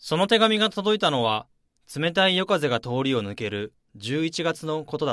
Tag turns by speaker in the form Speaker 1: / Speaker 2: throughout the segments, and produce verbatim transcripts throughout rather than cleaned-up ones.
Speaker 1: その手紙が届いたのは、冷たい夜風が通りを抜けるじゅういちがつのことだった。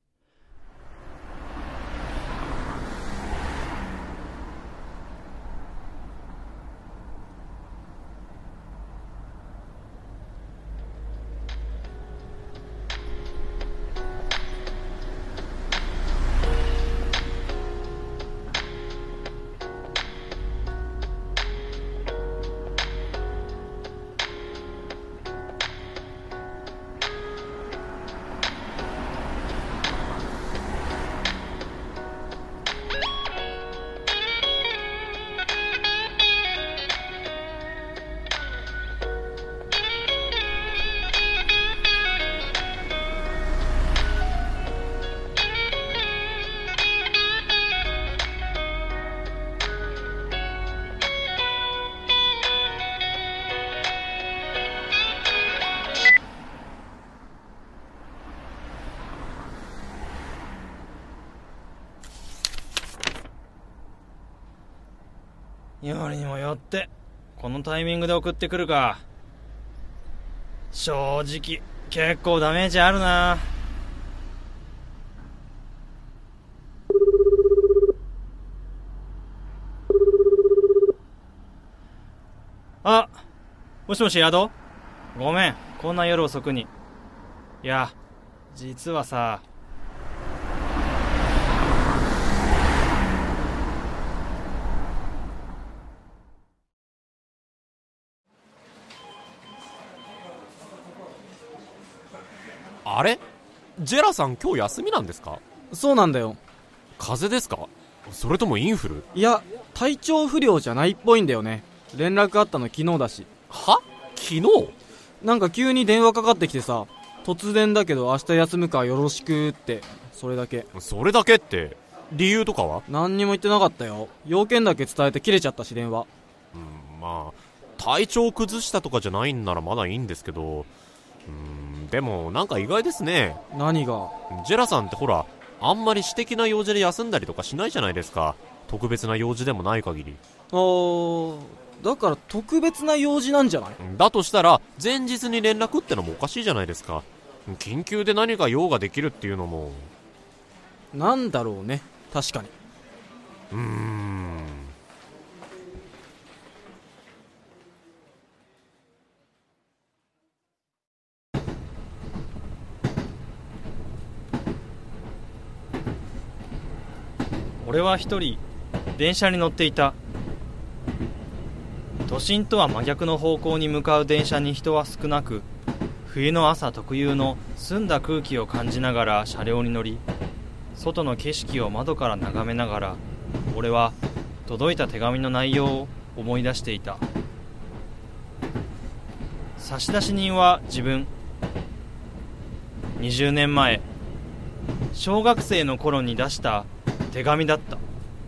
Speaker 1: よりにもよってこのタイミングで送ってくるか。正直結構ダメージあるな。あ、もしもし、宿？ごめん、こんな夜遅くに。いや、実はさ。
Speaker 2: あれ？ジェラさん今日休みなんですか？
Speaker 3: そうなんだよ。
Speaker 2: 風邪ですか？それともインフル？
Speaker 3: いや、体調不良じゃないっぽいんだよね。連絡あったの昨日だし。
Speaker 2: は？昨日？
Speaker 3: なんか急に電話かかってきてさ、突然だけど明日休むからよろしくって。それだけ。
Speaker 2: それだけって理由とかは？
Speaker 3: 何にも言ってなかったよ。要件だけ伝えて切れちゃったし、電話。
Speaker 2: うん、まあ体調崩したとかじゃないんならまだいいんですけど、うーん、でもなんか意外ですね。
Speaker 3: 何が？
Speaker 2: ジェラさんってほら、あんまり私的な用事で休んだりとかしないじゃないですか。特別な用事でもない限り。
Speaker 3: あー、だから特別な用事なんじゃない？
Speaker 2: だとしたら前日に連絡ってのもおかしいじゃないですか。緊急で何か用ができるっていうのも。
Speaker 3: なんだろうね、確かに。
Speaker 2: うーん、
Speaker 1: 俺は一人電車に乗っていた。都心とは真逆の方向に向かう電車に人は少なく、冬の朝特有の澄んだ空気を感じながら車両に乗り、外の景色を窓から眺めながら、俺は届いた手紙の内容を思い出していた。差出人は自分。にじゅうねんまえ、小学生の頃に出した手紙だった。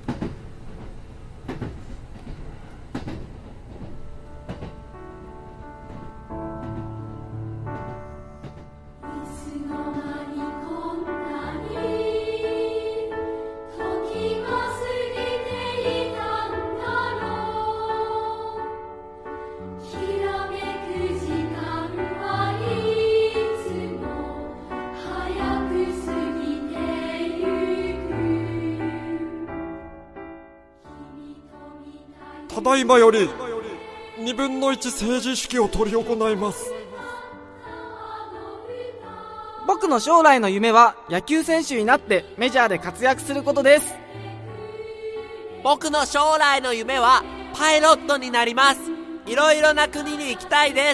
Speaker 4: ただいまよりにぶんのいち政治式を執り行います。
Speaker 3: 僕の将来の夢は野球選手になってメジャーで活躍することです。
Speaker 5: 僕の将来の夢はパイロットになります。いろいろな国に行きたいです。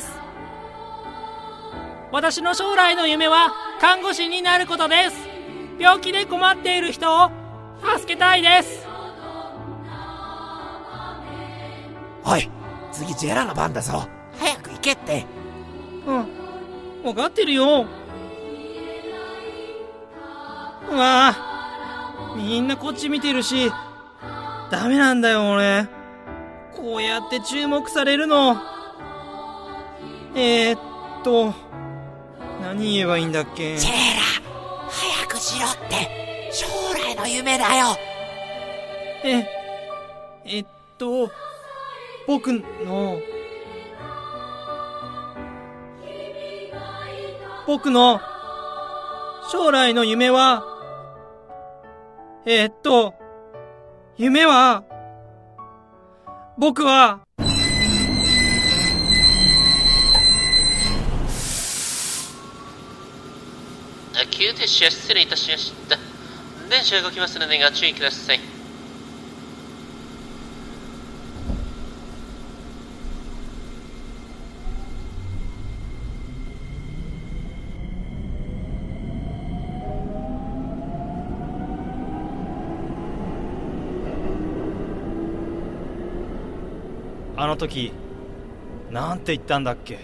Speaker 6: 私の将来の夢は看護師になることです。病気で困っている人を助けたいです。
Speaker 5: おい、次ジェラの番だぞ。早く行けって。
Speaker 6: うん、分かってるよ。うわあ、みんなこっち見てるし、ダメなんだよ俺。こうやって注目されるの。えー、っと何言えばいいんだっけ。
Speaker 5: ジェラ、早くしろって。将来の夢だよ。
Speaker 6: ええっと僕の僕の将来の夢は、えー、っと、夢は、僕は、
Speaker 5: 急停止は失礼いたしました。電車動きますのでご注意ください。
Speaker 1: あの時なんて言ったんだっけ。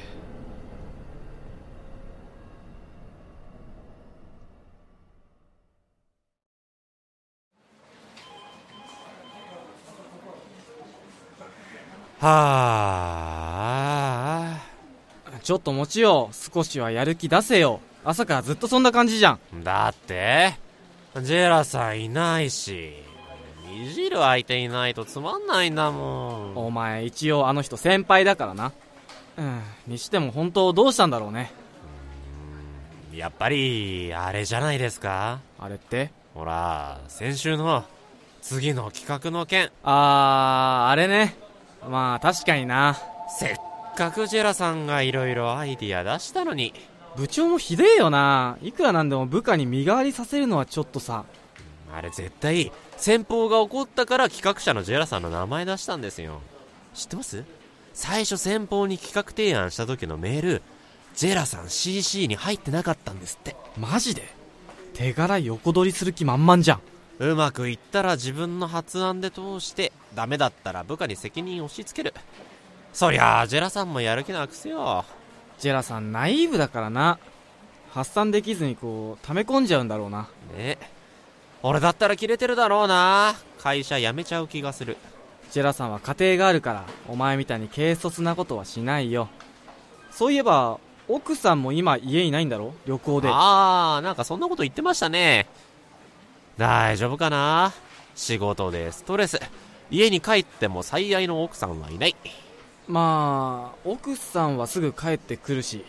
Speaker 2: はあ、
Speaker 3: ちょっともちよ、少しはやる気出せよ。朝からずっとそんな感じじゃん。
Speaker 2: だってジェラさんいないし、いじる相手いないとつまんないんだもん。
Speaker 3: お前一応あの人先輩だからな。うんにしても本当どうしたんだろうね。
Speaker 2: うーんやっぱりあれじゃないですか。
Speaker 3: あれって？
Speaker 2: ほら先週の次の企画の件。
Speaker 3: あーあれね。まあ確かにな。
Speaker 2: せっかくジェラさんがいろいろアイディア出したのに。
Speaker 3: 部長もひでえよな。いくらなんでも部下に身代わりさせるのはちょっとさ。
Speaker 2: あれ絶対先方が怒ったから企画者のジェラさんの名前出したんですよ。知ってます？最初先方に企画提案した時のメール、ジェラさん シーシー に入ってなかったんですって。
Speaker 3: マジで？手柄横取りする気満々じゃん。
Speaker 2: うまくいったら自分の発案で通して、ダメだったら部下に責任を押し付ける。そりゃあジェラさんもやる気なくすよ。
Speaker 3: ジェラさんナイーブだからな。発散できずにこう溜め込んじゃうんだろうな。
Speaker 2: ね、俺だったらキレてるだろうな。会社辞めちゃう気がする。
Speaker 3: ジェラさんは家庭があるからお前みたいに軽率なことはしないよ。そういえば奥さんも今家いないんだろ、旅行で。
Speaker 2: あーなんかそんなこと言ってましたね。大丈夫かな。仕事でストレス、家に帰っても最愛の奥さんはいない。
Speaker 3: まあ奥さんはすぐ帰ってくるし。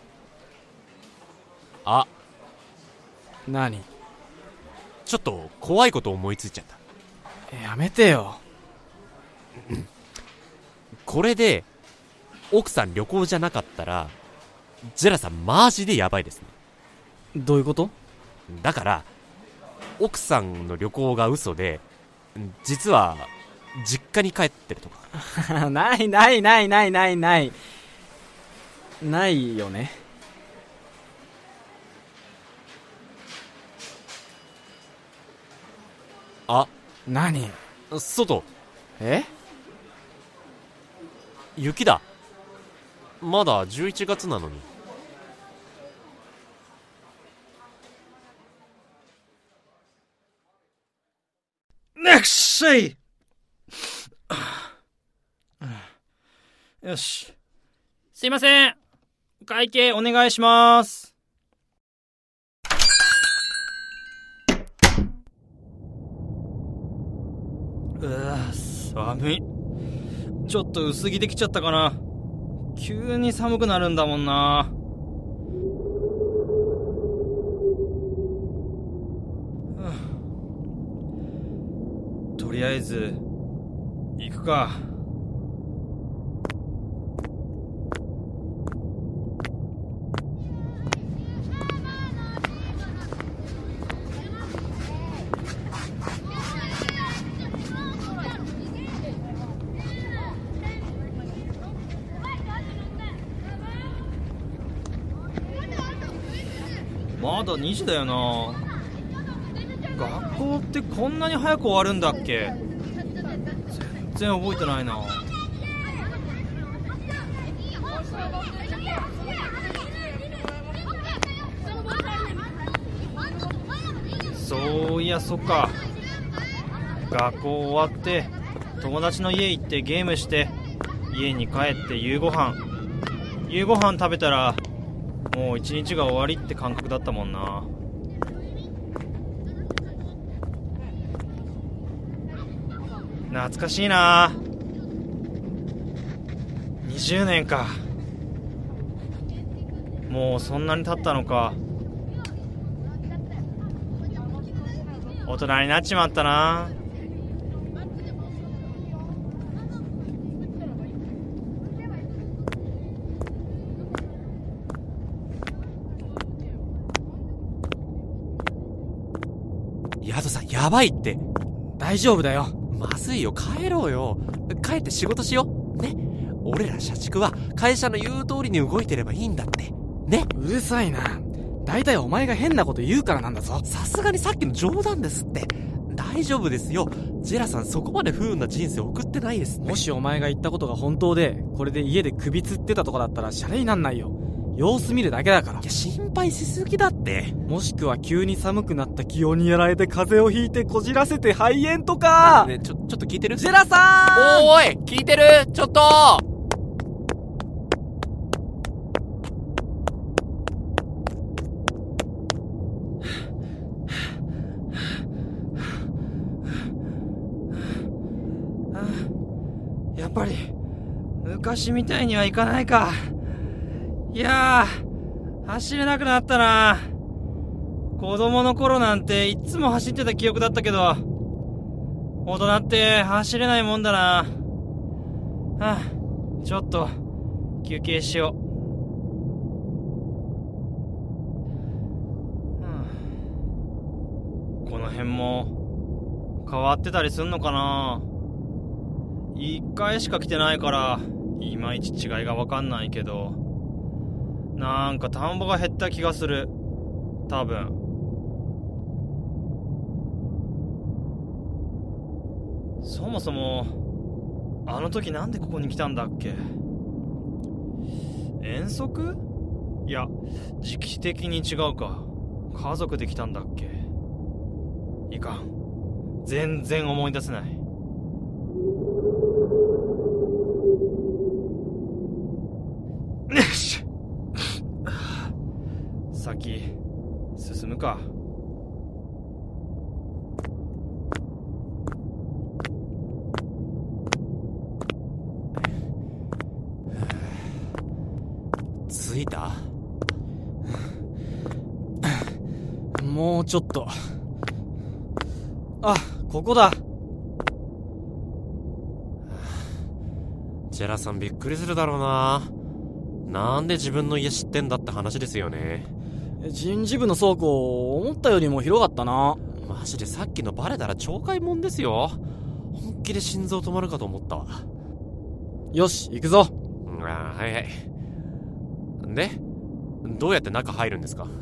Speaker 2: あ、
Speaker 3: 何？
Speaker 2: ちょっと怖いこと思いついちゃった。
Speaker 3: やめてよ。
Speaker 2: これで奥さん旅行じゃなかったらジェラさんマジでヤバいですね。
Speaker 3: どういうこと？
Speaker 2: だから奥さんの旅行が嘘で実は実家に帰ってると
Speaker 3: か。ないないないないないないないよね。
Speaker 2: あ、
Speaker 3: 何？
Speaker 2: 外。
Speaker 3: え？
Speaker 2: 雪だ。まだじゅういちがつなのに。
Speaker 6: なくしゃい。よし。すいません。お会計お願いします。うわ、寒い。ちょっと薄着できちゃったかな。急に寒くなるんだもんな。とりあえず行くか。まだにじだよな。学校ってこんなに早く終わるんだっけ？全然覚えてないな。そういや、そっか。学校終わって友達の家行ってゲームして、家に帰って夕ご飯夕ご飯食べたらもう一日が終わりって感覚だったもんな。懐かしいな。にじゅうねんか。 もうそんなに経ったのか。大人になっちまったな。
Speaker 2: ヤドさんやばいって。
Speaker 3: 大丈夫だよ。
Speaker 2: まずいよ、帰ろうよ。帰って仕事しようね。俺ら社畜は会社の言う通りに動いてればいいんだってね。
Speaker 3: うるさいな。大体お前が変なこと言うからなんだぞ。
Speaker 2: さすがにさっきの冗談ですって。大丈夫ですよ。ジェラさんそこまで不運な人生送ってないですって。
Speaker 3: もしお前が言ったことが本当で、これで家で首つってたとかだったらシャレになんないよ。様子見るだけだから。
Speaker 2: いや心配しすぎだって。
Speaker 3: もしくは急に寒くなった気温にやられて風邪をひいてこじらせて肺炎とか。
Speaker 2: ね、ちょ、ちょっと聞いてる？
Speaker 3: ジェラさん。
Speaker 2: おーい、聞いてる？ちょっと
Speaker 6: やっぱり昔みたいにはいかないか。いやー、走れなくなったな。子供の頃なんていつも走ってた記憶だったけど、大人って走れないもんだな。はあ、ちょっと休憩しよう。はあ、この辺も変わってたりすんのかな。一回しか来てないからいまいち違いが分かんないけど、なんか田んぼが減った気がする。多分そもそもあの時なんでここに来たんだっけ。遠足？いや時期的に違うか。家族で来たんだっけ。いかん、全然思い出せない。よし先進むか。
Speaker 2: 着いた？
Speaker 3: もうちょっと。あ、ここだ。
Speaker 2: ジェラさんびっくりするだろうな。なんで自分の家知ってんだって話ですよね。
Speaker 3: 人事部の倉庫思ったよりも広かったな。
Speaker 2: マジでさっきのバレたら懲戒もんですよ。本気で心臓止まるかと思ったわ。
Speaker 3: よし行くぞ。
Speaker 2: ああ、はいはい。でどうやって中入るんですか？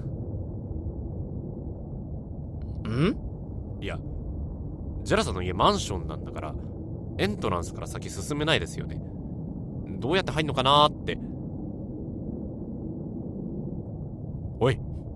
Speaker 3: ん？
Speaker 2: いやジェラさんの家マンションなんだからエントランスから先進めないですよね。どうやって入んのかなーって。おい、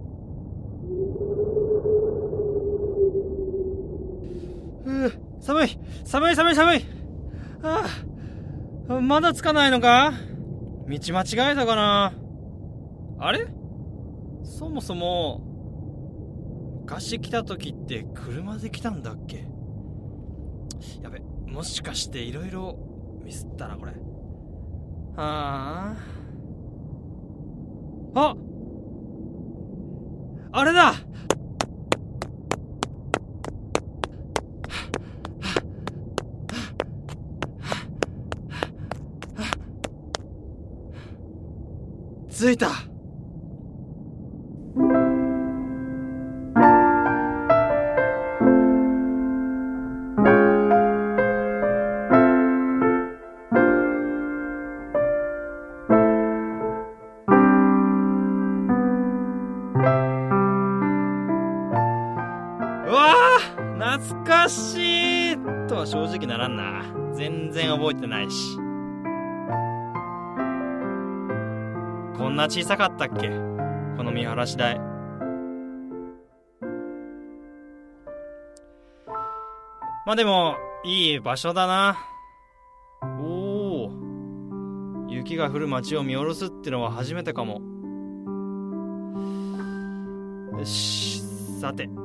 Speaker 6: うう、寒い寒い寒い寒い。ああ、まだ着かないのか。道間違えたかな。あれ、そもそも昔来た時って車で来たんだっけ。やべ、もしかしていろいろミスったなこれ。はあ、あ、あれだ。着いた。うわー、懐かしいとは正直ならんな。全然覚えてないし。こんな小さかったっけ、この見晴らし台。まあでもいい場所だな。おお、雪が降る街を見下ろすってのは初めてかも。よし、さて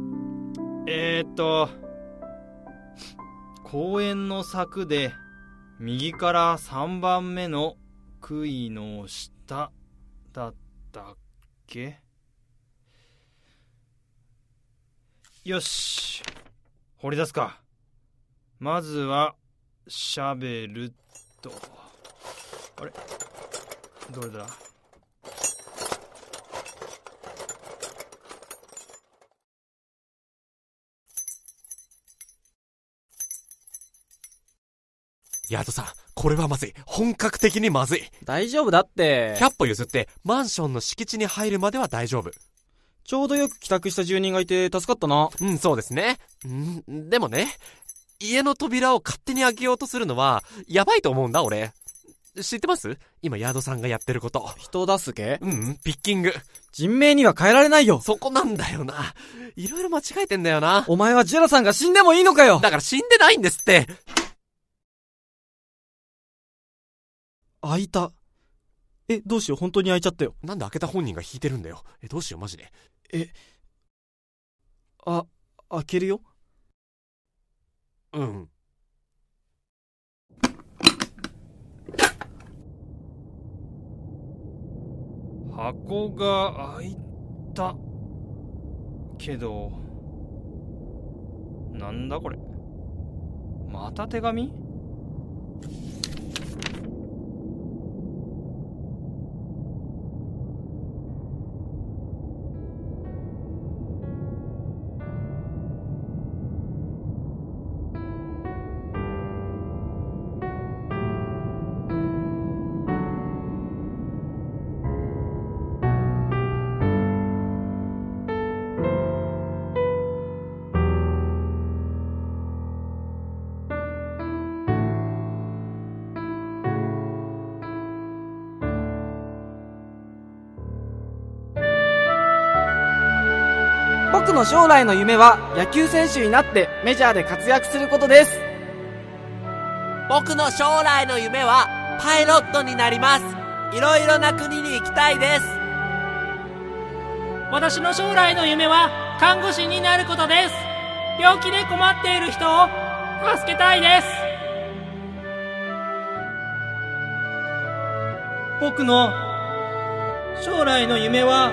Speaker 6: えーっと公園の柵で右からさんばんめの杭の下だったっけ。よし、掘り出すか。まずはシャベルと、あれどれだ。
Speaker 2: ヤドさん、これはまずい。本格的にまずい。
Speaker 3: 大丈夫だって。
Speaker 2: ひゃっぽ譲ってマンションの敷地に入るまでは大丈夫。
Speaker 3: ちょうどよく帰宅した住人がいて助かったな。
Speaker 2: うん、そうですね。んでもね、家の扉を勝手に開けようとするのはやばいと思うんだ俺。知ってます？今ヤドさんがやってること。
Speaker 3: 人助け？
Speaker 2: うん、ピッキング。
Speaker 3: 人命には変えられないよ。
Speaker 2: そこなんだよな。いろいろ間違えてんだよな。
Speaker 3: お前はジェラさんが死んでもいいのかよ。
Speaker 2: だから死んでないんですって。
Speaker 3: 開いた。え、どうしよう、本当に開いちゃったよ。
Speaker 2: なんで開けた本人が引いてるんだよ。え、どうしようマジで。
Speaker 3: え、あ、開けるよ。
Speaker 2: うん。
Speaker 6: 箱が開いたけど、なんだこれ。また手紙？
Speaker 3: 僕の将来の夢は野球選手になってメジャーで活躍することです。
Speaker 5: 僕の将来の夢はパイロットになります。いろいろな国に行きたいです。
Speaker 7: 私の将来の夢は看護師になることです。病気で困っている人を助けたいです。
Speaker 6: 僕の将来の夢は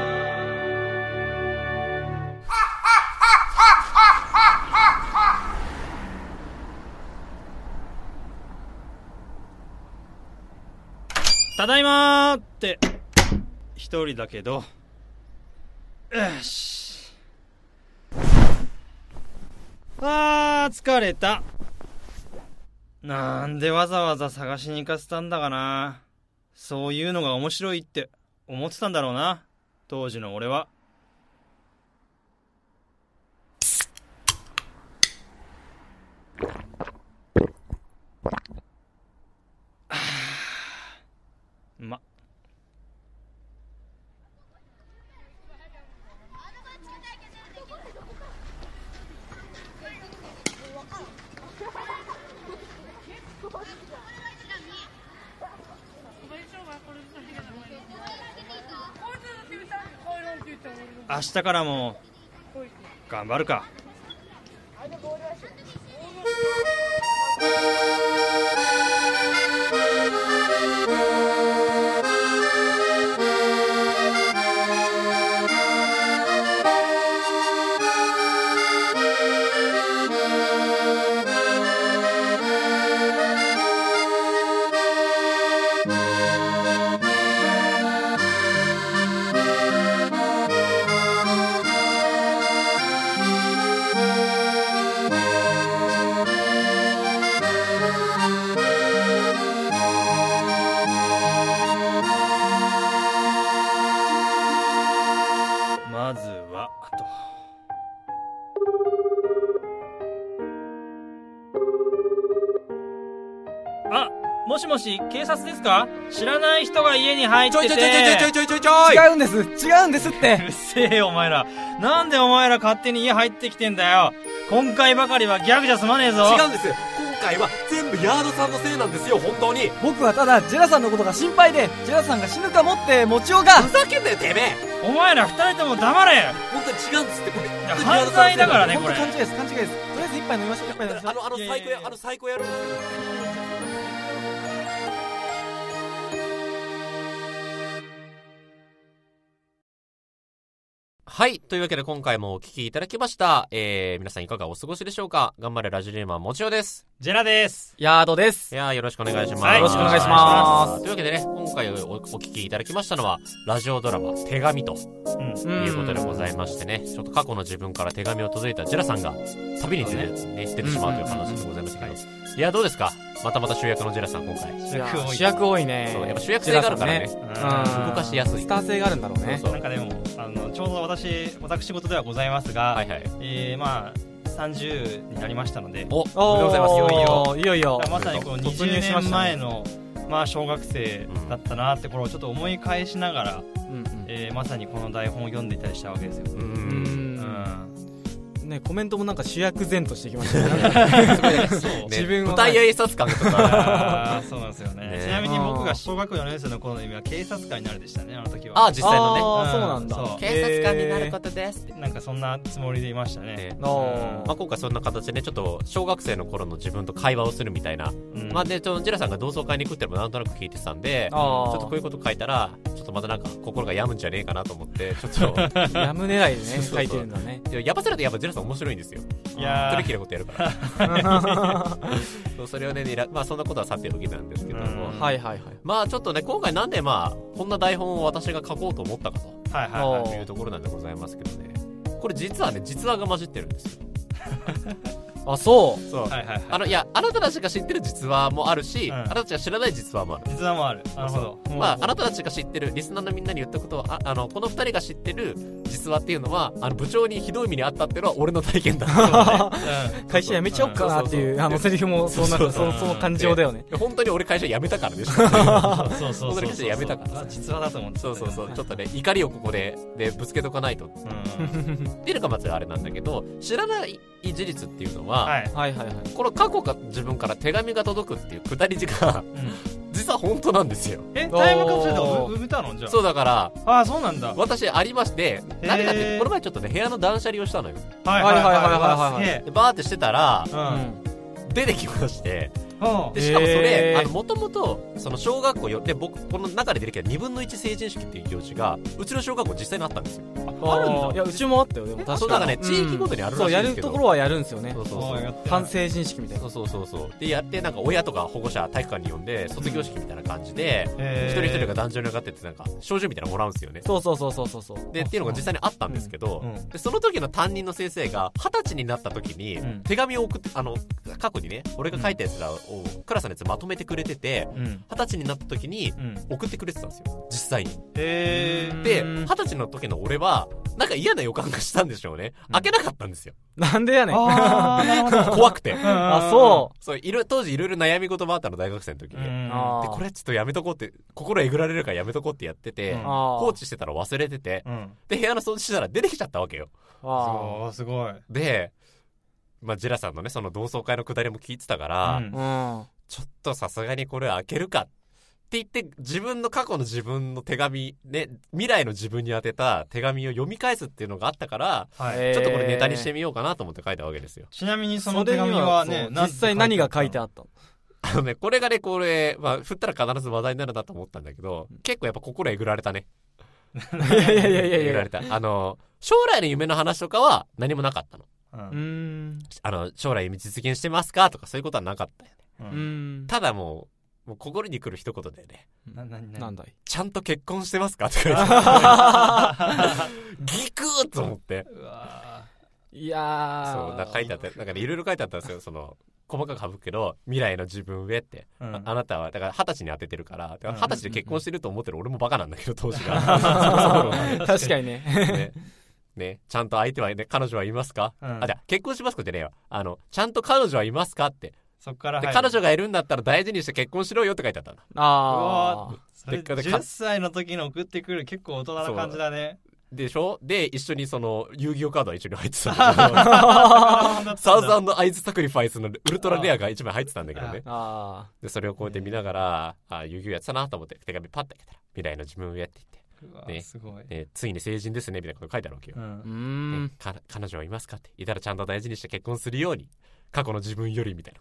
Speaker 6: ただいまーって一人だけど、よし。あー疲れた。なんでわざわざ探しに行かせたんだかな。そういうのが面白いって思ってたんだろうな、当時の俺は。ま明日からも頑張るか。まずはと。あ、もしもし警察ですか？知らない人が家に入ってて。
Speaker 2: ちょいちょいちょいちょいちょいちょいちょい。
Speaker 3: 違うんです、違うんですって。
Speaker 6: うるせえよお前ら。なんでお前ら勝手に家入ってきてんだよ。今回ばかりはギャグじゃ済まねえぞ。
Speaker 2: 違うんです。今回は全部ヤードさんのせいなんですよ、本当に。
Speaker 3: 僕はただジェラさんのことが心配で、ジェラさんが死ぬかもってもちおが。
Speaker 2: ふざけんなよてめえ。
Speaker 6: お前ら二人とも黙れ。
Speaker 2: 本当に違うんですってこれ。
Speaker 6: 犯罪だからねこれ。
Speaker 3: 本当勘違いです、勘違いです。とりあえず一杯飲みましょう。一杯飲みましょう。
Speaker 2: あのあの最高やあの最高やるんですよ。 はい。というわけで今回もお聞きいただきました。えー、皆さんいかがお過ごしでしょうか。頑張れラジリーマンもちおです。
Speaker 6: ジェラです。
Speaker 3: ヤードです。
Speaker 2: いやーよろしくお願いします。
Speaker 6: はい、
Speaker 3: よろしくお願いします。
Speaker 2: というわけでね、今回おお聞きいただきましたのは、ラジオドラマ、手紙と、うん、いうことでございましてね、ちょっと過去の自分から手紙を届いたジェラさんが、旅に出て、ね、出てしまうという話でございましたけど、いや、どうですか？またまた主役のジェラさん、今回。
Speaker 3: 主役多い。主役多いね。
Speaker 2: そう、やっぱ主役性があるからね。ねうん、動かしやすい。
Speaker 3: スター性があるんだろうね。
Speaker 6: そうそうなんかでも、あの、ちょうど私、私事ではございますが、はいはい。えー、まあ、さんじゅうになりましたので、
Speaker 2: お、おめでとうございます。いよいよ。
Speaker 3: いよいよ。
Speaker 6: まさにこうにじゅうねんまえの、まあ、小学生だったなってころをちょっと思い返しながら、うんうん、えー、まさにこの台本を読んでいたりしたわけですよ。うんうん
Speaker 3: ね、コメントもなんか主役前としてきましたね。
Speaker 2: すごいね。そう。自分は舞台挨拶感とか。
Speaker 6: そうなんですよね。ちなみに僕が小学よねん生の頃の夢は警察官になるでしたね、あの時は。
Speaker 2: ああ、実際のね。
Speaker 3: ああ、そうなんだ。
Speaker 2: 警察官になることです。
Speaker 6: なんかそんなつもりでいましたね。
Speaker 2: まあ今回そんな形でね、ちょっと小学生の頃の自分と会話をするみたいな。まあで、ジェラさんが同窓会に行くってのもなんとなく聞いてたんで、ちょっとこういうこと書いたら、ちょっとまたなんか心が病むんじゃねえかなと思って、ちょっと。
Speaker 3: 病む狙いでね、書いてるんだね。
Speaker 2: やばせるとやっぱジェラさん面白いんですよ。
Speaker 6: いやー
Speaker 2: トリキーなことやるからそうそれをね、まあそんなことはさておきなんですけども、
Speaker 3: はいはいはい。
Speaker 2: まあちょっとね、今回なんでまあこんな台本を私が書こうと思ったかと、
Speaker 6: はいはいはい、
Speaker 2: いうところなんでございますけどね、これ実はね、実話が混じってるんですよ。
Speaker 3: あ、そう
Speaker 2: そう、
Speaker 6: はいはいはい、
Speaker 2: あのいや、あなたたちが知ってる実話もあるし、うん、あなたたちが知らない実話もある。
Speaker 6: 実話もある。なるほど。
Speaker 2: まああなたたちが知ってる、リスナーのみんなに言ったことは、ああのこの二人が知ってる実話っていうのは、あの部長にひどい目にあったっていうのは俺の体験だった、ね。
Speaker 3: 会社辞めちゃおっかなっていう、あのセリフもそうなんかそのその感情だよね。
Speaker 2: 本当に俺会社辞めたからね。
Speaker 6: そうそうそうそう。
Speaker 2: 本当に会社辞めたから。
Speaker 6: 実話だと思って。
Speaker 2: そうそうそう。ちょっとね、怒りをここででぶつけとかないと。っていうのがまずあれなんだけど、知らない事実っていうのは、
Speaker 3: はいはいはい。
Speaker 2: この過去か自分から手紙が届くっていうくだりが、うん、実は本当なんですよ。
Speaker 6: え、タイムカプセルで埋めたのじゃあ。
Speaker 2: そうだから、
Speaker 6: ああ、そうなんだ。
Speaker 2: 私ありまして、何かってこの前ちょっとね、部屋の断捨離をしたのよ。
Speaker 3: はいはいはいはいはい。
Speaker 2: でバーってしてたら、うん、出てきまして、でしかもそれ、あの、もともと、その小学校よ、で、僕、この中で出てきたにぶんのいち成人式っていう行事が、うちの小学校実際にあったんですよ。
Speaker 3: あるんだ。いや、うちもあったよ、でも確かに。
Speaker 2: そう、だからね、地域ごとにあるらしいんですけど、
Speaker 3: そう、やるところはやるんですよね。
Speaker 2: そうそうそう。
Speaker 3: 半成人式みたいな。
Speaker 2: そうそうそう。で、やって、なんか親とか保護者、体育館に呼んで、卒業式みたいな感じで、一人一人が壇上に上がってって、なんか、賞状みたいなのもらうんですよね。
Speaker 3: そうそうそうそうそう。
Speaker 2: で、っていうのが実際にあったんですけど、で、その時の担任の先生が、二十歳になった時に、手紙を送って、あの、過去にね、俺が書いたやつらを、クラスのやつまとめてくれてて、二、うん、十、歳になった時に送ってくれてたんですよ、実際に。
Speaker 6: へー。
Speaker 2: で、二十歳の時の俺は、なんか嫌な予感がしたんでしょうね。うん、開けなかったんですよ。
Speaker 3: なんでやねん。
Speaker 2: あ怖くて。
Speaker 3: あ、そう。
Speaker 2: そう、いろ、当時いろいろ悩み事もあったの、大学生の時に。で、これちょっとやめとこうって、心えぐられるからやめとこうってやってて、うん、放置してたら忘れてて、うん、で、部屋の掃除したら出てきちゃったわけよ。
Speaker 6: ああ、すごい。
Speaker 2: で、まあ、ジェラさんのね、その同窓会のくだりも聞いてたから、うんちょっとさすがにこれ開けるかって言って自分の過去の自分の手紙ね、未来の自分に宛てた手紙を読み返すっていうのがあったから、はい、ちょっとこれネタにしてみようかなと思って書いたわけですよ。
Speaker 6: ちなみにその手紙はね、
Speaker 3: 実際何が書いてあったの？
Speaker 2: あのね、これがね、これ、まあ、振ったら必ず話題になるなと思ったんだけど、結構やっぱ心えぐられたね。
Speaker 3: いやいやいやいやいや。
Speaker 2: えぐられた。あの、将来の夢の話とかは何もなかったの。
Speaker 3: うん。
Speaker 2: あの、将来夢実現してますかとかそういうことはなかったよね。うん、ただもう、もう心に来る一言だよね。
Speaker 3: な、な、な、なんだい
Speaker 2: ちゃんと結婚してますかって書いてある。ギクーと思って。うわ
Speaker 3: いやー。
Speaker 2: そう、なんか書いてあって、なんかね、いろいろ書いてあったんですよ。その、細かく省くけど、未来の自分へって。うん、あ, あなたは、だから二十歳に当ててるから、だから二十歳で結婚してると思ってる俺もバカなんだけど、当時が。
Speaker 3: 確かにね。
Speaker 2: ねね、ちゃんと相手はね、彼女はいますか、うん、あ、じゃ結婚しますかじゃねえよ。あの、ちゃんと彼女はいますかって。
Speaker 6: そっから
Speaker 2: で彼女がいるんだったら大事にして結婚しろよって書いてあったんだ。
Speaker 3: あ
Speaker 6: あ。じゅっさいの時の送ってくる結構大人な感じだね。
Speaker 2: でしょで、一緒にその、遊戯王カードは一緒に入ってたんだけど、サウザンドアイズサクリファイスのウルトラレアが一枚入ってたんだけどね。
Speaker 3: あ
Speaker 2: で、それをこうやって見ながら、あ、遊戯王やってたなと思って手紙パッと開けたら、未来の自分をやっていって。ね、
Speaker 6: すごい、
Speaker 2: ね、ついに成人ですねみたいなこと書いてあるわけよ、
Speaker 3: うん
Speaker 2: ね、か彼女はいますかっていたらちゃんと大事にして結婚するように過去の自分よりみたいなこ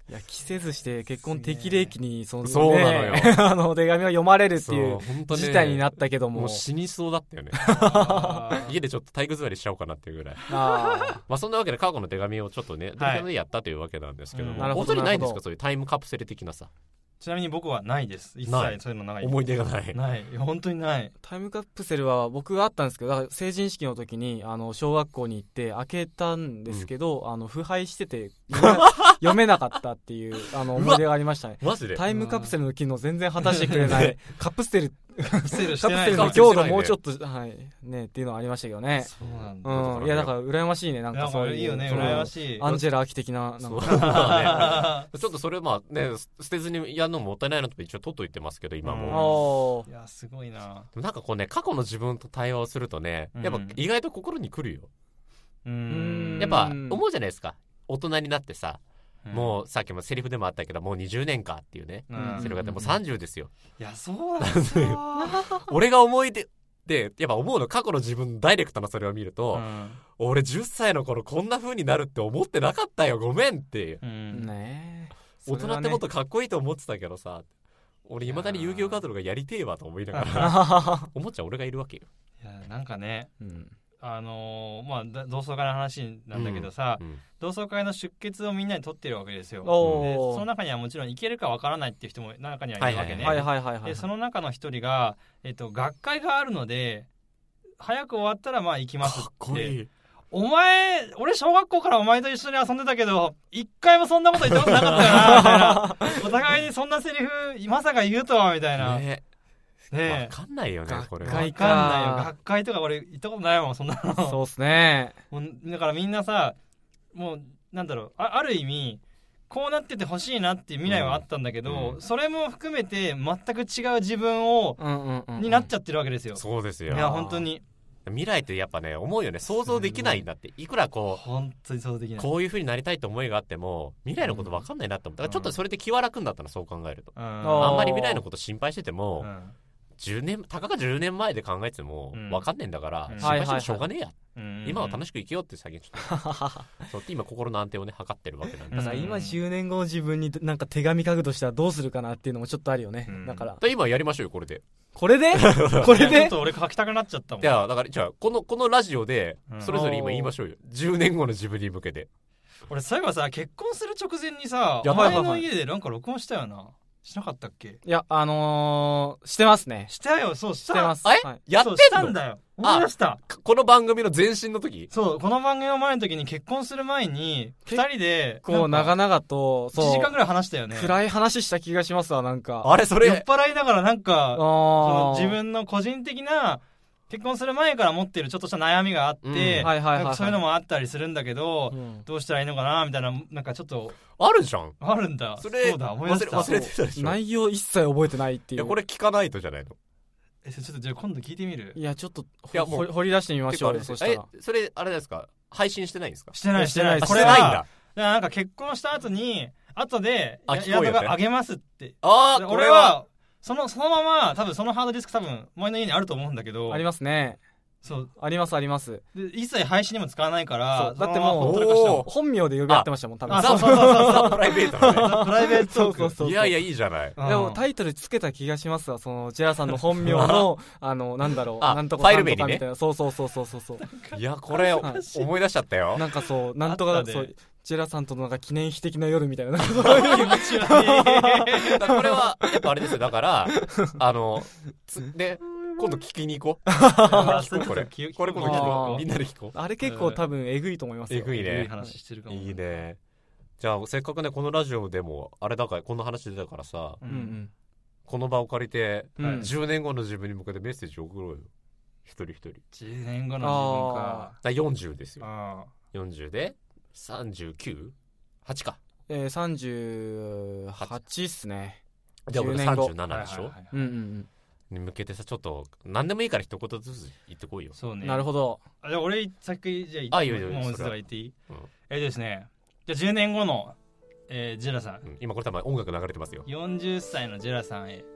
Speaker 3: いや着せずして結婚適齢期にその、ね、
Speaker 2: そうなのよ
Speaker 3: あの手紙が読まれるっていう
Speaker 2: そう本当ね
Speaker 3: 事態になったけども
Speaker 2: もう死にそうだったよね家でちょっと体育座りしちゃおうかなっていうぐらい
Speaker 3: あ
Speaker 2: まあそんなわけで過去の手紙をちょっとねドリカムでやったというわけなんですけども、
Speaker 1: うん
Speaker 3: なるほど
Speaker 2: お二人ないんです
Speaker 3: なるほど
Speaker 2: かそういうタイムカプセル的なさ
Speaker 1: ちなみに僕はないです一
Speaker 2: ない
Speaker 1: 切そういうのない
Speaker 2: 思い出がない
Speaker 1: ないいや本当にない
Speaker 3: タイムカプセルは僕があったんですけどだから成人式の時にあの小学校に行って開けたんですけど、うん、あの腐敗してて読め読めなかったっていうあの思い出がありましたね
Speaker 2: マジで
Speaker 3: タイムカプセルの機能全然果たしてくれないカプセル
Speaker 1: カプセルし
Speaker 3: カプ
Speaker 1: てない
Speaker 3: セルの強度もうちょっとはいねっていうのはありましたけどね
Speaker 1: そうなんだ
Speaker 3: うんいやだから羨ましいねなんかそういう
Speaker 1: いいよね
Speaker 3: その
Speaker 1: 羨ましい
Speaker 3: アンジェラ・アキ的ななん
Speaker 2: そう
Speaker 3: か
Speaker 2: ねちょっとそれまあね捨てずにやるのももったいないなと一応取っといてますけど今も、
Speaker 3: あ
Speaker 1: いやすごいな
Speaker 2: なんかこうね過去の自分と対話をするとねやっぱ意外と心に来るよ、
Speaker 1: うーん
Speaker 2: やっぱ思うじゃないですか大人になってさ、
Speaker 1: うん
Speaker 2: もうさっきもセリフでもあったけどもうにじゅうねんかっていうね、
Speaker 1: うん
Speaker 2: セリフがあってもうさんじゅうですよ、
Speaker 1: いやそうなんですよ
Speaker 2: 俺が思い出でやっぱ思うの過去の自分のダイレクトなそれを見ると、
Speaker 1: うん
Speaker 2: 俺じゅっさいの頃こんな風になるって思ってなかったよごめんっていう、
Speaker 1: うん
Speaker 3: ねえ
Speaker 2: 大人ってもっとかっこいいと思ってたけどさ俺いまだに遊戯王カードルがやりてえわと思いながら思っちゃ俺がいるわけよ、
Speaker 1: いやなんかね
Speaker 3: うん
Speaker 1: あのーまあだ同窓会の話なんだけどさ、
Speaker 2: うん
Speaker 1: 同窓会の出欠をみんなに取ってるわけですよ。で
Speaker 3: おー
Speaker 1: その中にはもちろん行けるかわからないっていう人も中にはいるわけね。
Speaker 3: はいはいはいはい
Speaker 1: でその中の一人が、えっと、学会があるので早く終わったらまあ行きますって。
Speaker 2: かっこいい
Speaker 1: お前俺小学校からお前と一緒に遊んでたけど一回もそんなこと言ったことなかったよなみたいなお互いにそんなセリフまさか言うとはみたいなね
Speaker 2: ね
Speaker 1: え
Speaker 2: わかんないよねこれは
Speaker 3: 学会
Speaker 1: わかんないよ学会とか俺行ったことないもんそんなの
Speaker 3: そうっすね
Speaker 1: もうだからみんなさもうなんだろう あ, ある意味こうなっててほしいなっていう未来はあったんだけど、
Speaker 2: うん、
Speaker 1: それも含めて全く違う自分を、
Speaker 3: うんうんうんうん、
Speaker 1: になっちゃってるわけですよ。
Speaker 2: そうですよ。
Speaker 1: いや本当に
Speaker 2: 未来ってやっぱね思うよね想像できないんだっていくらこう
Speaker 1: 本当に想像できない
Speaker 2: こういう風になりたいと思いがあっても未来のこと分かんないなって思った、うん、だからちょっとそれで気は楽になったなそう考えると、うん、あんまり未来のこと心配してても、うんじゅうねんたかがじゅうねんまえで考えてても分かんねえんだから、うん、心配してもしょうがねえや、うん、今は楽しく生きようって最近ちょっとそう今心の安定をね測ってるわけなんです
Speaker 3: だから今じゅうねんごの自分になんか手紙書くとしたらどうするかなっていうのもちょっとあるよね、うん、だから
Speaker 2: 今やりましょうよこれで
Speaker 3: これでこれで
Speaker 1: ちょっと俺書きたくなっちゃったもん。
Speaker 2: いやだからじゃあこのこのラジオでそれぞれ今言いましょうよ、うん、じゅうねんごの自分に向けて。
Speaker 1: 俺そういえばさ結婚する直前にさお前の家でなんか録音したよな。しなかったっけ？
Speaker 3: いやあのー、してますね。
Speaker 1: したよ。そうした
Speaker 3: してます。
Speaker 2: え、はい、やってんの？
Speaker 1: したんだよ。思い出した。
Speaker 2: この番組の前身の時？
Speaker 1: そうこの番組の前の時に結婚する前にふたりで
Speaker 3: こう長々と
Speaker 1: そういちじかんぐらい話したよね。
Speaker 3: 暗い話した気がしますわなんか。
Speaker 2: あれそれ
Speaker 1: 酔っ払いながらなんかその自分の個人的な結婚する前から持ってるちょっとした悩みがあって、うんはいはいはいはい、そういうのもあったりするんだけど、うん、どうしたらいいのかなみたいななんかちょっと
Speaker 2: あるじゃん。
Speaker 1: あるんだ。
Speaker 2: それ
Speaker 1: そうだ思い出した。
Speaker 2: 忘れてたでしょ。
Speaker 3: 内容一切覚えてないっていう。
Speaker 2: いやこれ聞かないとじゃないの。
Speaker 1: えちょっとじゃあ今度聞いてみる。
Speaker 3: いやちょっといやもう掘り出してみましょうよ。そしたら
Speaker 2: えそれあれですか配信してないんですか？
Speaker 1: してないしてない。
Speaker 2: これないんだ。
Speaker 1: なんか結婚した後に後で宿があげますって。
Speaker 2: ああ
Speaker 1: 俺はそのそのまま多分そのハードディスク多分お前の家にあると思うんだけど。
Speaker 3: ありますね。
Speaker 1: そう
Speaker 3: ありますあります。
Speaker 1: で一切配信にも使わないから
Speaker 3: だってもう本名で呼び合ってましたもん多分。
Speaker 1: あそうそうそうそう
Speaker 2: プライベートのね
Speaker 1: プライベート
Speaker 3: そうそうそう
Speaker 2: いやいやいいじゃない。
Speaker 3: でもタイトルつけた気がしますわそのジェラさんの本名のあのなんだろうなんとかなんとかみたいなそうそうそうそうそうそう
Speaker 2: いやこれ思い出しちゃったよ。
Speaker 3: なんかそうなんとかそうジェラさんとのなんか記念碑的な夜みたいな
Speaker 1: 気持ち悪い
Speaker 2: これはやっぱあれですよだからあので今度聞きに行こう。聞こうこれ。これ今度聞こう。みんなで聞こう。
Speaker 3: あれ結構多分えぐいと思いますよ。
Speaker 2: えぐいね。
Speaker 1: いい話してるかも。
Speaker 2: いいね。じゃあせっかくねこのラジオでもあれだからこんな話出たからさ、
Speaker 3: うんうん、
Speaker 2: この場を借りて、
Speaker 3: うん、
Speaker 2: じゅうねんごの自分に向けてメッセージを送ろうよ。一人一人。
Speaker 1: じゅうねんごの自分か。
Speaker 2: だよんじゅうですよ。
Speaker 1: あ
Speaker 2: よんじゅうでさんじゅうきゅう？はちか。
Speaker 3: えー、さんじゅうはちっすね。
Speaker 2: じゃあ俺さんじゅうななでしょ。
Speaker 3: うんうんうん。
Speaker 2: に向けてさちょっと何でもいいから一言ずつ言ってこいよ。
Speaker 1: そうね。
Speaker 3: なるほど。
Speaker 1: じゃあ俺さっきじゃあ
Speaker 2: あいいよいいよ。
Speaker 1: もう一度言っていい？うん、えーですね。じゃあじゅうねんごの、えー、ジェラさん、
Speaker 2: うん。今これ多分音楽流れてますよ。
Speaker 1: よんじゅっさいのジェラさんへ。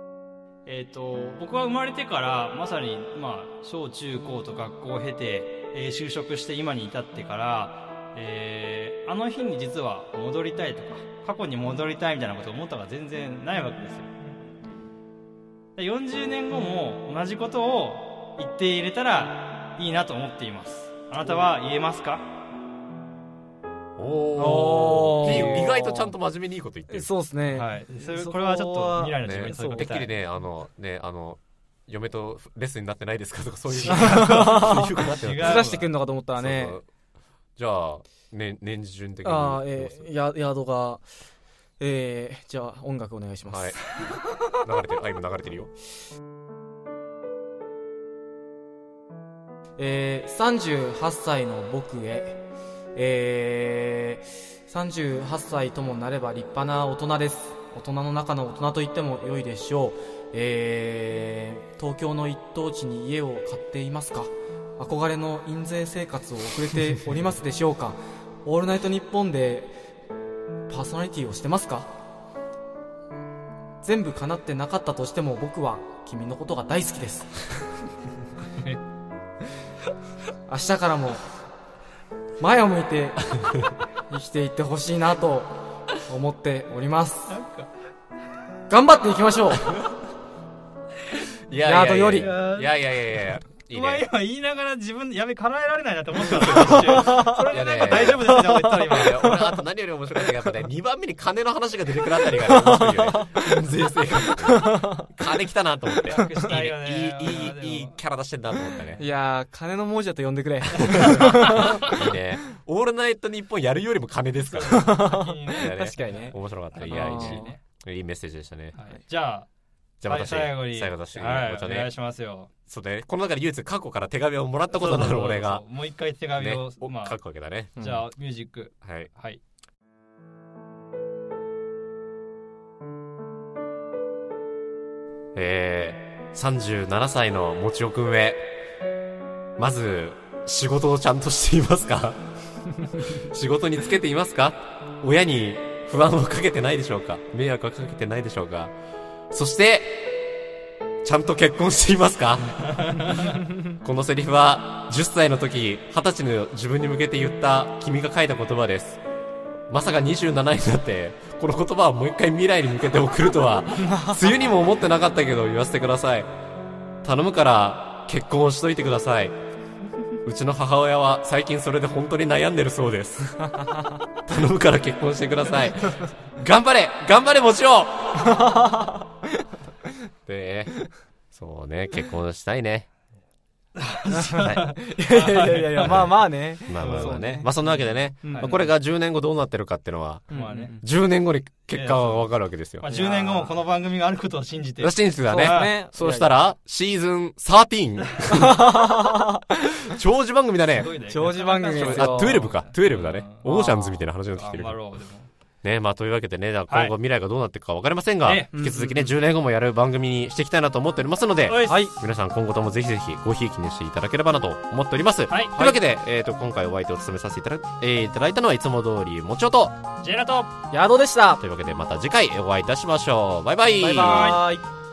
Speaker 1: えーと僕は生まれてからまさにまあ小中高と学校を経て
Speaker 6: えー就職して今に至ってから、えーあの日に実は戻りたいとか過去に戻りたいみたいなことを思ったのが全然ないわけですよ。でよんじゅうねんごも同じことを言っていれたらいいなと思っています。あなたは言えますか？
Speaker 2: お
Speaker 3: おー
Speaker 2: ー意外とちゃんと真面目にいいこと言ってる。
Speaker 3: そうですね。
Speaker 6: はい、それ
Speaker 3: そこは
Speaker 6: これはちょっと未来の自分
Speaker 2: ね、
Speaker 6: にそういうこと言いたい。
Speaker 2: てっきりね、あの、ね、あの、嫁とレッスンになってないですかとか、そういう。そういうことになってる
Speaker 6: 違う
Speaker 3: ずらしてくるのかと思ったらね。
Speaker 2: そうそうじゃあ、ね、年次順的に。
Speaker 3: ああ、えー、ヤヤードが、えー、じゃあ音楽お願いします。
Speaker 2: はい。流れてる、あ、今流れてるよ。
Speaker 3: えー、さんじゅうはっさいの僕へ、えー、さんじゅうはっさいともなれば立派な大人です。大人の中の大人と言っても良いでしょう。えー、東京の一等地に家を買っていますか？憧れの印税生活を送れておりますでしょうか？オールナイトニッポンでパーソナリティをしてますか？全部叶ってなかったとしても僕は君のことが大好きです明日からも前を向いて生きていってほしいなと思っております。頑張っていきましょう。
Speaker 2: いや
Speaker 3: ヤードより
Speaker 2: いやいやいやいやいや。いい
Speaker 6: まあ
Speaker 2: ね。
Speaker 6: 今言いながら自分やべ叶えられないなと思ったんですよ一瞬。それでなんか大丈夫ですねって言ったら今
Speaker 2: いや俺あと何より面白かったのがやっぱね、にばんめに金の話が出てくるあたりがね、面白いよね。印税生活。金来たなと思って。
Speaker 6: 楽したいよね
Speaker 2: いい、いい、いい、いいキャラ出してんなと思ったね。
Speaker 3: いやー、金の文字だと呼んでくれ。
Speaker 2: いいね。オールナイトニッポンやるよりも金ですから。いいね
Speaker 3: 確かにね。
Speaker 2: 面白かった。いや、いい
Speaker 3: あ
Speaker 2: ね。いいメッセージでしたね。
Speaker 6: はいじゃあ
Speaker 2: じゃあ私、
Speaker 6: はい最後に
Speaker 2: 最後出して
Speaker 6: はい
Speaker 2: ごちゃね
Speaker 6: お願いしますよ。
Speaker 2: そうね。この中で唯一過去から手紙をもらったことのある俺が
Speaker 6: そうそうそうもう一回手紙
Speaker 2: ね
Speaker 6: を、まあ
Speaker 2: 書くわけだね。
Speaker 6: じゃあミュージック
Speaker 2: はい。
Speaker 6: はい
Speaker 2: えー、さんじゅうななさいのもちおくんへ。まず、仕事をちゃんとしていますか？仕事につけていますか？親に不安をかけてないでしょうか？迷惑をかけてないでしょうか？そして、ちゃんと結婚していますか？このセリフは、じゅっさいの時、はたちの自分に向けて言った君が書いた言葉です。まさかにじゅうななになって、この言葉をもう一回未来に向けて送るとは、梅雨にも思ってなかったけど言わせてください。頼むから、結婚をしといてください。うちの母親は最近それで本当に悩んでるそうです。頼むから結婚してください。頑張れ頑張れもちろんで、そうね、結婚したいね。はい、
Speaker 3: いやいやいやいや、まあまあね。
Speaker 2: まあまあまあ
Speaker 3: そうね。
Speaker 2: ねまあそんなわけでね、
Speaker 3: うん
Speaker 2: まあ、これがじゅうねんごどうなってるかっていうのは、
Speaker 6: まあね
Speaker 2: じゅうねんごに結果がわかるわけですよ。
Speaker 6: まあじゅうねんごもこの番組があることを信じて
Speaker 2: 信じてだ
Speaker 3: そうです
Speaker 2: ね。
Speaker 3: ね。
Speaker 2: そうしたら、シーズンじゅうさん。長寿番組だね。
Speaker 3: 長寿番組です
Speaker 2: あ、
Speaker 3: よ。
Speaker 2: じゅうにか。じゅうにだね。
Speaker 6: うん
Speaker 2: オーシャンズみたいな話になってきてる
Speaker 6: 頑張ろうでも
Speaker 2: ね。まあというわけでね、だから今後未来がどうなっていくかわかりませんが、
Speaker 6: ええ
Speaker 2: 引き続きね、じゅうねんごもやる番組にしていきたいなと思っておりますので、
Speaker 6: はい
Speaker 3: はい。
Speaker 2: 皆さん今後ともぜひぜひごひいきにしていただければなと思っております。
Speaker 6: はい
Speaker 2: というわけで、えっと、今回お相手を務めさせていただ,、えーいただいたのはいつも通りもちおと、
Speaker 6: ジェラと
Speaker 3: ヤードでした。
Speaker 2: というわけでまた次回お会いいたしましょう。バイバイ。
Speaker 3: バイバーイ。